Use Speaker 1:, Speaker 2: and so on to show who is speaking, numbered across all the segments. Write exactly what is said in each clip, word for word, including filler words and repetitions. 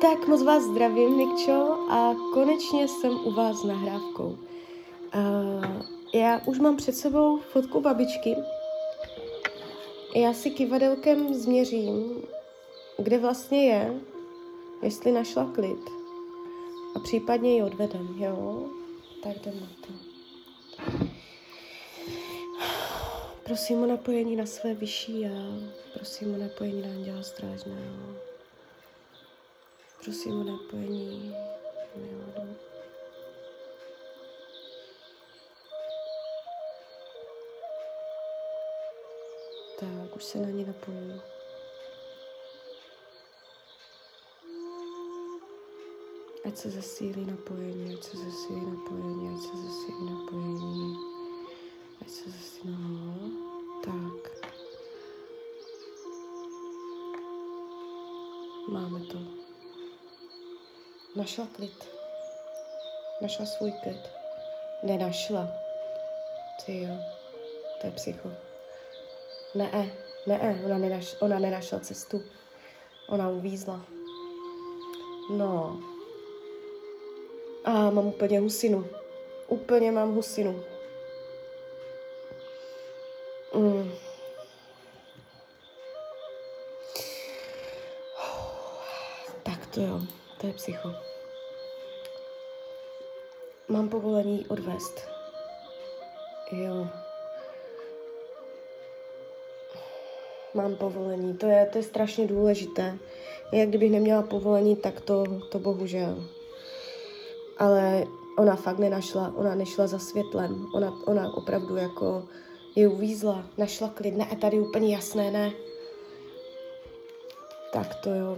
Speaker 1: tak moc vás zdravím, Nikčo, a konečně jsem u vás s nahrávkou. Uh, já už mám před sebou fotku babičky. Já si kivadelkem změřím, kde vlastně je, jestli našla klid. A případně ji odvedem, jo? Tak jdem na to. Prosím o napojení na své vyšší já. Prosím o napojení na Anděla Strážného. Prosím o napojení milodu. Tak, už se na ně napojím. Ať se zesílí napojení, ať se zesílí napojení, ať se zesílí napojení. Ať se zesílí, no, tak. Máme to. Našla klid. Našla svůj klid. Nenašla. Ty jo, to je psycho. Ne, ne, ona, nenaš, ona nenašla cestu. Ona uvízla. No. A mám úplně husinu. Úplně mám husinu. Mm. Tak to jo, to je psycho. Mám povolení odvést. Jo. Mám povolení, to je, to je strašně důležité. Jak kdybych neměla povolení, tak to, to bohužel. Ale ona fakt nenašla, ona nešla za světlem. Ona, ona opravdu jako je uvízla, našla klid. Ne, tady úplně jasné, ne. Tak to jo.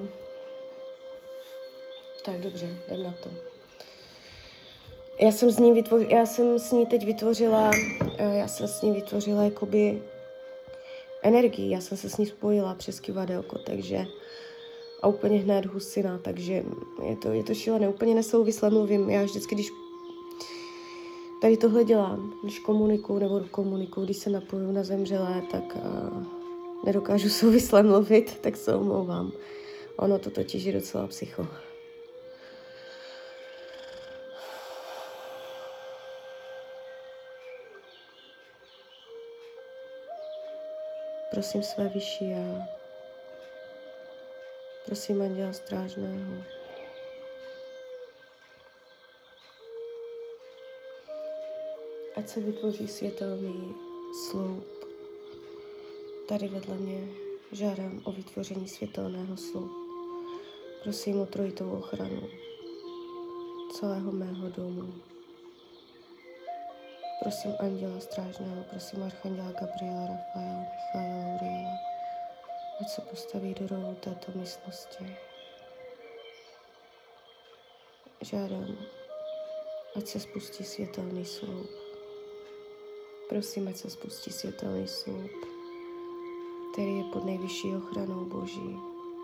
Speaker 1: Tak dobře, jdem na to. Já jsem s ní vytvořila, já jsem s ní teď vytvořila, já jsem s ní vytvořila jakoby energii, já jsem se s ní spojila přes kivadelko, takže a úplně hned husina, takže je to, je to šílené, úplně nesouvisle mluvím, já vždycky, když tady tohle dělám, když komunikuju nebo komunikuju, když se napoju na zemřelé, tak uh, nedokážu souvisle mluvit, tak se omlouvám. Ono to totiž je docela psycho. Prosím své vyšší já. Prosím Anděla Strážného. Ať se vytvoří světelný sloup. Tady vedle mě žádám o vytvoření světelného sloupu. Prosím o trojitou ochranu celého mého domu. Prosím Anděla Strážného, prosím Archanděla Gabriela, Rafaela, Michaela, Uriela, ať se postaví do rohu této místnosti. Žádám, ať se spustí světelný sloup. Prosím, ať se spustí světelný sloup, který je pod nejvyšší ochranou Boží.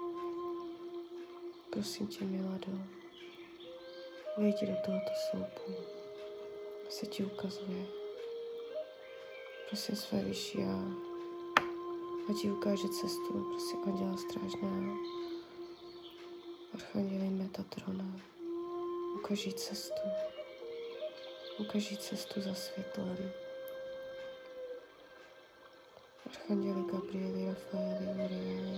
Speaker 1: Prosím tě, milado, vejdi do tohoto sloupu. Se ti ukazuje. Prosím své vyšší já, ať ti ukáže cestu. Prosím Anděla Strážného, Archanděli Metatrona, ukaží cestu. Ukaží cestu za světlem. Archanděli Gabrieli, Rafaeli, Urieli,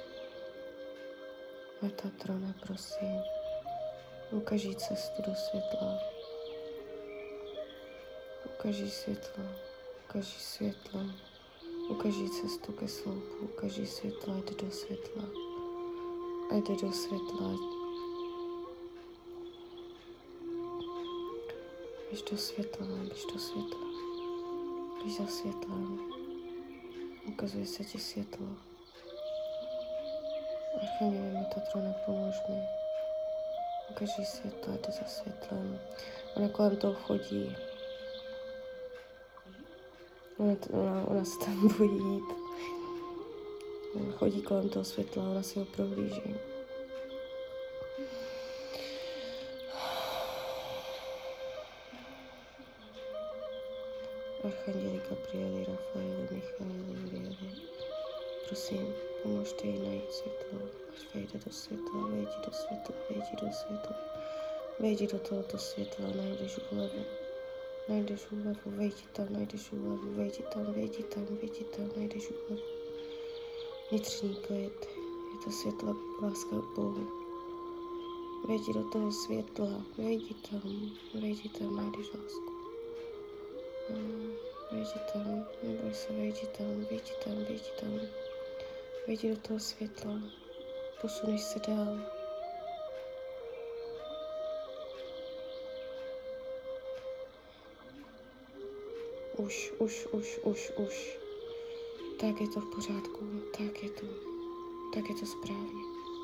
Speaker 1: Metatrona, prosím, ukaží cestu do světla. Ukaží světlo, ukaží světlo, ukaží cestu ke sloupu, ukaží světlo, ať jde do světla, ať jde do světla, běž do světla, běž do světla, běž za světlem, ukazuje se ti světlo. Archanděli Metatrona, pomož mi, ukaží světlo, ať jde za světlem, ona kolem toho chodí. Ona, ona, ona se tam bojí jít. Ona chodí kolem toho světla, ona si ho prohlíží. Archanděli Gabrieli, Rafaeli, Michaeli, Urieli. Prosím, pomožte jí najít světlo a Ať vejde do světla, vejdi do světla, vejdi do světla. Vejdi do tohoto světla, najdeš úlevu. Najdeš úlevu, vejdi tam, najdeš úlevu, vejdi tam, vejdi tam, vejdi tam, najdeš úlevu. Vnitřní klid, je to světlo, láska k Bohu. Vejdi do toho světla, vejdi tam, vejdi tam, najdeš lásku. Vejdi tam, neboj se, vejdi tam, vejdi tam, vejdi tam. Vejdi do toho světla, posuneš se dál. Už, už, už, už, už. Tak je to v pořádku, tak je to, tak je to správně.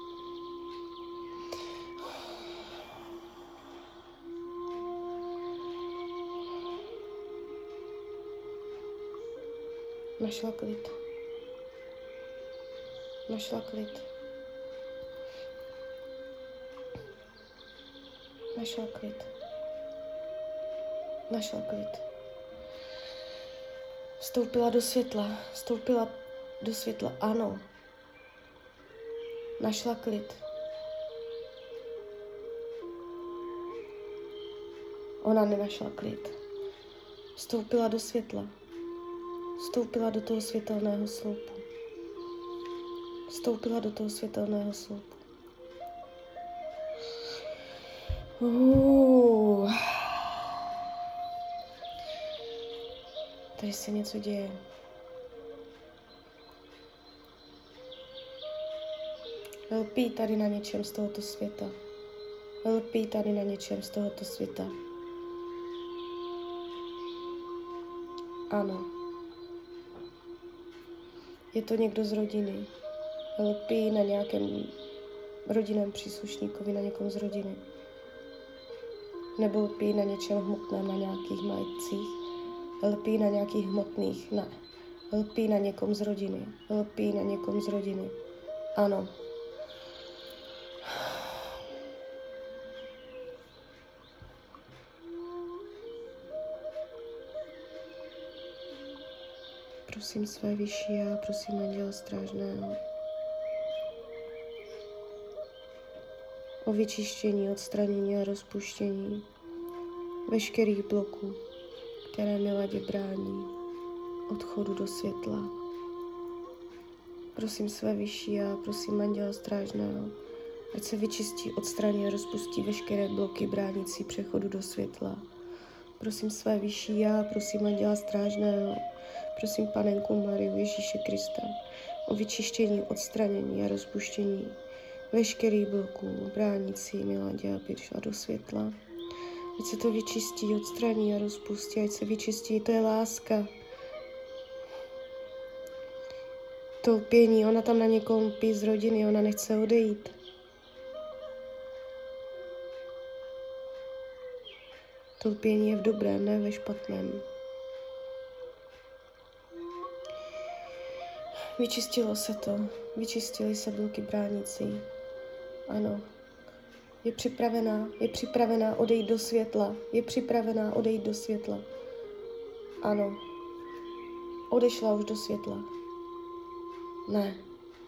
Speaker 1: Našla klid. Našla klid. Našla klid. Našla klid. Vstoupila do světla. Vstoupila do světla. Ano. Našla klid. Ona nenašla klid. Vstoupila do světla. Vstoupila do toho světelného sloupu. Vstoupila do toho světelného sloupu. Uh. Tady se něco děje. Lpí tady na něčem z tohoto světa. Lpí tady na něčem z tohoto světa. Ano. Je to někdo z rodiny. Lpí na nějakém rodinném příslušníkovi, na někom z rodiny. Nebo lpí na něčem hmotném, na nějakých majetcích. Lpí na nějakých hmotných, ne. Lpí na někom z rodiny. Lpí na někom z rodiny. Ano. Prosím své vyšší já, prosím anděla strážného o vyčištění, odstranění a rozpuštění veškerých bloků, které miladě brání odchodu do světla. Prosím své vyšší já, prosím anděla strážného, ať se vyčistí, odstraní a rozpustí veškeré bloky bránící přechodu do světla. Prosím své vyšší já, prosím anděla strážného, prosím Panenku Mariu Ježíše Krista o vyčištění, odstranění a rozpuštění veškerých bloků bránící miladě, aby šla do světla. Ať se to vyčistí, odstraní a rozpustí, ať se vyčistí, to je láska. To lpění, ona tam na někom lpí z rodiny, ona nechce odejít. To lpění je v dobrém, ne ve špatném. Vyčistilo se to, vyčistily se bloky bránící. Ano, je připravená, je připravená odejít do světla, je připravená odejít do světla. Ano, odešla už do světla. Ne.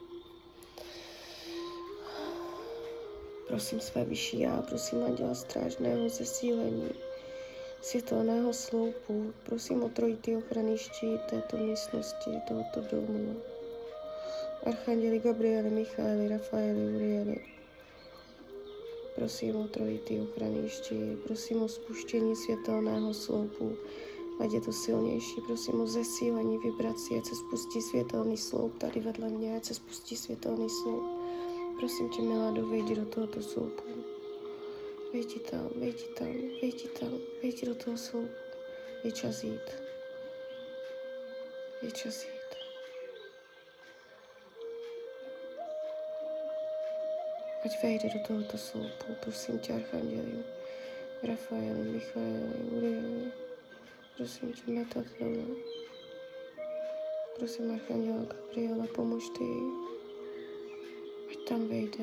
Speaker 1: Prosím své vyšší já, prosím anděla strážného zesílení světelného sloupu, prosím o trojitý ochranný štít této místnosti, tohoto domu. Archanděli Gabrieli, Michaeli, Rafaeli, Urieli. Prosím o trojitý ochranný štít, prosím o spuštění světelného sloupu, ať je to silnější, prosím o zesílení vibrací, ať se spustí světelný sloup tady vedle mě, ať se spustí světelný sloup. Prosím tě, Milado, vejdi do tohoto sloupu. Vejdi tam, vejdi tam, vejdi tam, vejdi do toho sloupu. Je čas jít. Je čas jít. Ať vejde do tohoto sloupu, prosím tě, Archanděli, Rafaeli, Michaeli, Urieli. Prosím tě, Metatron. Prosím Archanděla Gabriela, pomož ty. Ať tam vejde.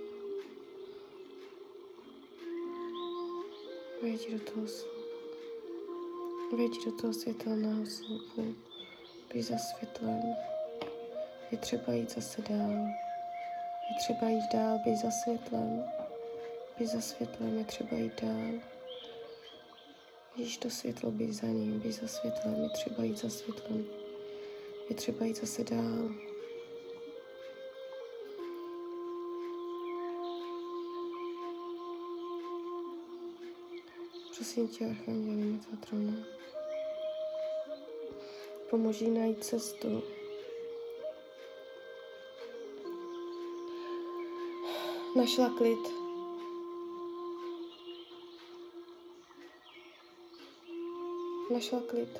Speaker 1: Vejdi do toho sloupu. Vejdi do toho světelného sloupu. Běž za světlem. Je třeba jít zase dál. Je třeba jít dál, být za světlem. Být za světlem, je třeba jít dál. Vidíš to světlo, být za ním, být za světlem, je třeba jít za světlem. Je třeba jít zase dál. Prosím tě, Archanděli Metatrone, pomoží najít cestu. Našla klid. Našla klid.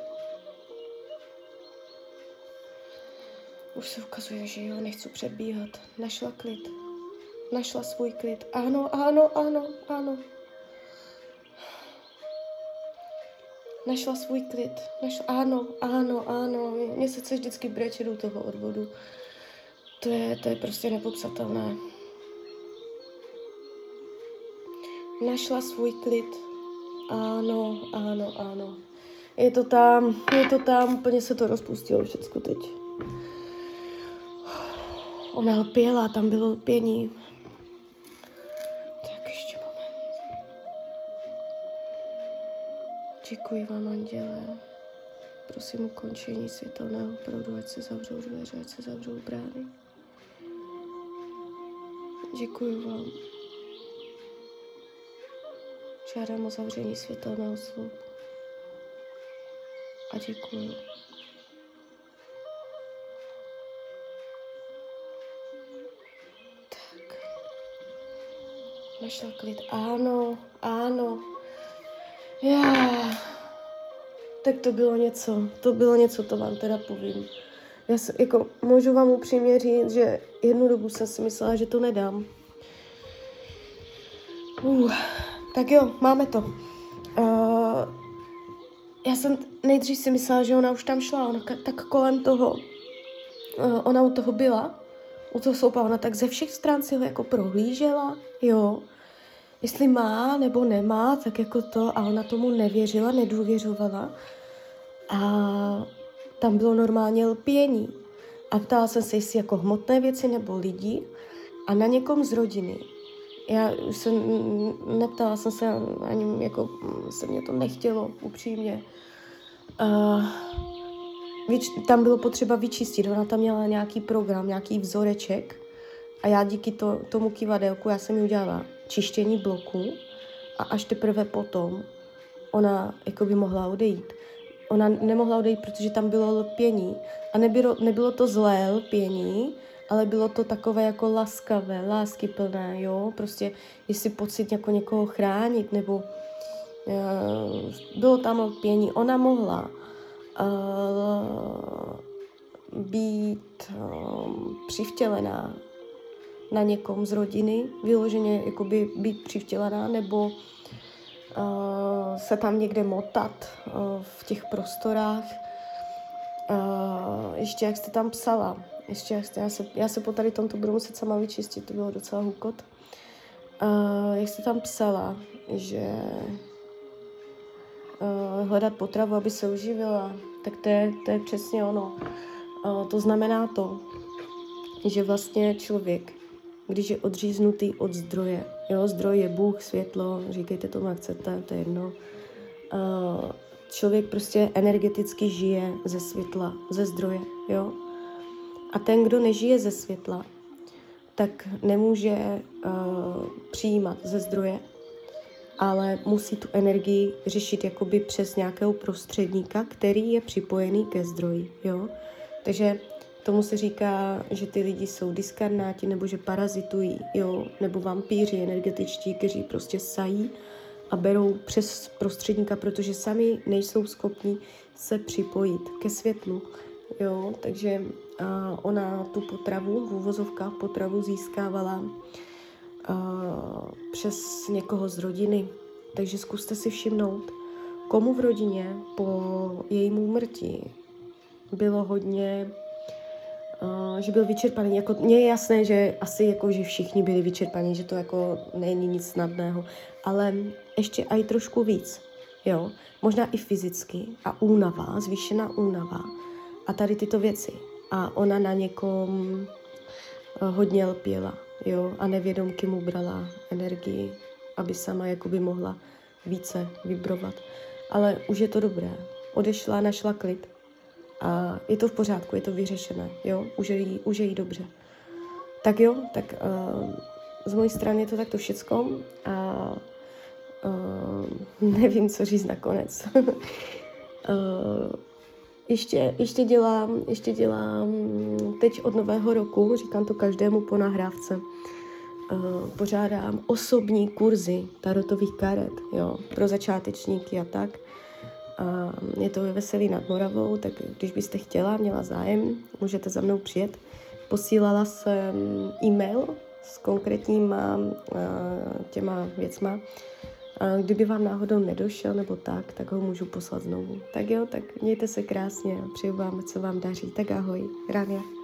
Speaker 1: Už se ukazuje, že jo, nechci předbíhat. Našla klid. Našla svůj klid. Ano, ano, ano, ano. Našla svůj klid. Našla, ano, ano, ano. Mně se chce vždycky breče do toho odvodu. To je, to je prostě nepopsatelné. Našla svůj klid. Ano, ano, ano. Je to tam, je to tam, úplně se to rozpustilo všecko teď. Ona lpěla, tam bylo lpění. Tak ještě moment. Děkuji vám, anděle. Prosím ukončení světelného proudu, ať se zavřou dveře, ať se zavřou brány. Děkuji vám. Žádám o zavření světelného sloupu. A děkuji. Tak. Našla klid. Ano, ano. Já. Tak to bylo něco. To bylo něco, to vám teda povím. Já se, jako, můžu vám upřímně říct, že jednu dobu jsem si myslela, že to nedám. Uh, tak jo, máme to. Uh, já jsem nejdřív si myslela, že ona už tam šla, ona tak kolem toho, uh, ona u toho byla, u toho sloupa, ona tak ze všech stran si ho jako prohlížela, jo, jestli má nebo nemá, tak jako to, a ona tomu nevěřila, nedůvěřovala a tam bylo normálně lpění a ptala jsem se, jestli jako hmotné věci nebo lidi a na někom z rodiny. Já jsem neptala jsem se, ani jako se mě to nechtělo, upřímně. Uh, vyč- tam bylo potřeba vyčistit, ona tam měla nějaký program, nějaký vzoreček a já díky to, tomu kivadelku, já jsem jí udělala čištění bloku a až teprve potom ona jakoby mohla odejít. Ona nemohla odejít, protože tam bylo lpění a nebylo, nebylo to zlé lpění, ale bylo to takové jako laskavé, láskyplné, jo, prostě jestli pocit jako někoho chránit, nebo uh, bylo tam lpění, ona mohla uh, být um, přivtělená na někom z rodiny, vyloženě jakoby být přivtělená, nebo uh, se tam někde motat uh, v těch prostorách. Uh, ještě jak jste tam psala, ještě jak jste, já, se, já se po tady tomto budu muset sama vyčistit, to bylo docela hukot. Uh, jak jste tam psala, že uh, hledat potravu, aby se uživila, tak to je, to je přesně ono. Uh, to znamená to, že vlastně člověk, když je odříznutý od zdroje, jo, zdroj je Bůh, světlo, říkejte tomu, jak chcete, to je jedno. Uh, člověk prostě energeticky žije ze světla, ze zdroje, jo. A ten, kdo nežije ze světla, tak nemůže uh, přijímat ze zdroje, ale musí tu energii řešit jakoby přes nějakého prostředníka, který je připojený ke zdroji, jo. Takže tomu se říká, že ty lidi jsou diskarnáti, nebo že parazitují, jo, nebo vampíři energetičtí, kteří prostě sají a berou přes prostředníka, protože sami nejsou schopni se připojit ke světlu, jo, takže a ona tu potravu, v uvozovkách potravu získávala a, přes někoho z rodiny, takže zkuste si všimnout, komu v rodině po jejímu úmrtí bylo hodně, Uh, že byl vyčerpaný. Jako, mně je jasné, že asi jako, že všichni byli vyčerpaní, že to jako není nic snadného, ale ještě aj trošku víc, jo. Možná i fyzicky a únava, zvýšená únava a tady tyto věci. A ona na někom uh, hodně lpěla, jo, a nevědomky mu brala energii, aby sama jakoby mohla více vibrovat. Ale už je to dobré. Odešla, našla klid a je to v pořádku, je to vyřešené, jo, už je jí, už je jí dobře. Tak jo, tak uh, z mojí strany je to takto všecko a uh, nevím, co říct nakonec. uh, ještě, ještě, dělám, ještě dělám teď od nového roku, říkám to každému po nahrávce, uh, pořádám osobní kurzy tarotových karet, jo, pro začátečníky a tak. A je to ve Veselí nad Moravou, tak když byste chtěla, měla zájem, můžete za mnou přijet. Posílala jsem e-mail s konkrétníma těma věcma. A kdyby vám náhodou nedošel nebo tak, tak ho můžu poslat znovu. Tak jo, tak mějte se krásně a přeju vám, co vám daří. Tak ahoj, Rania.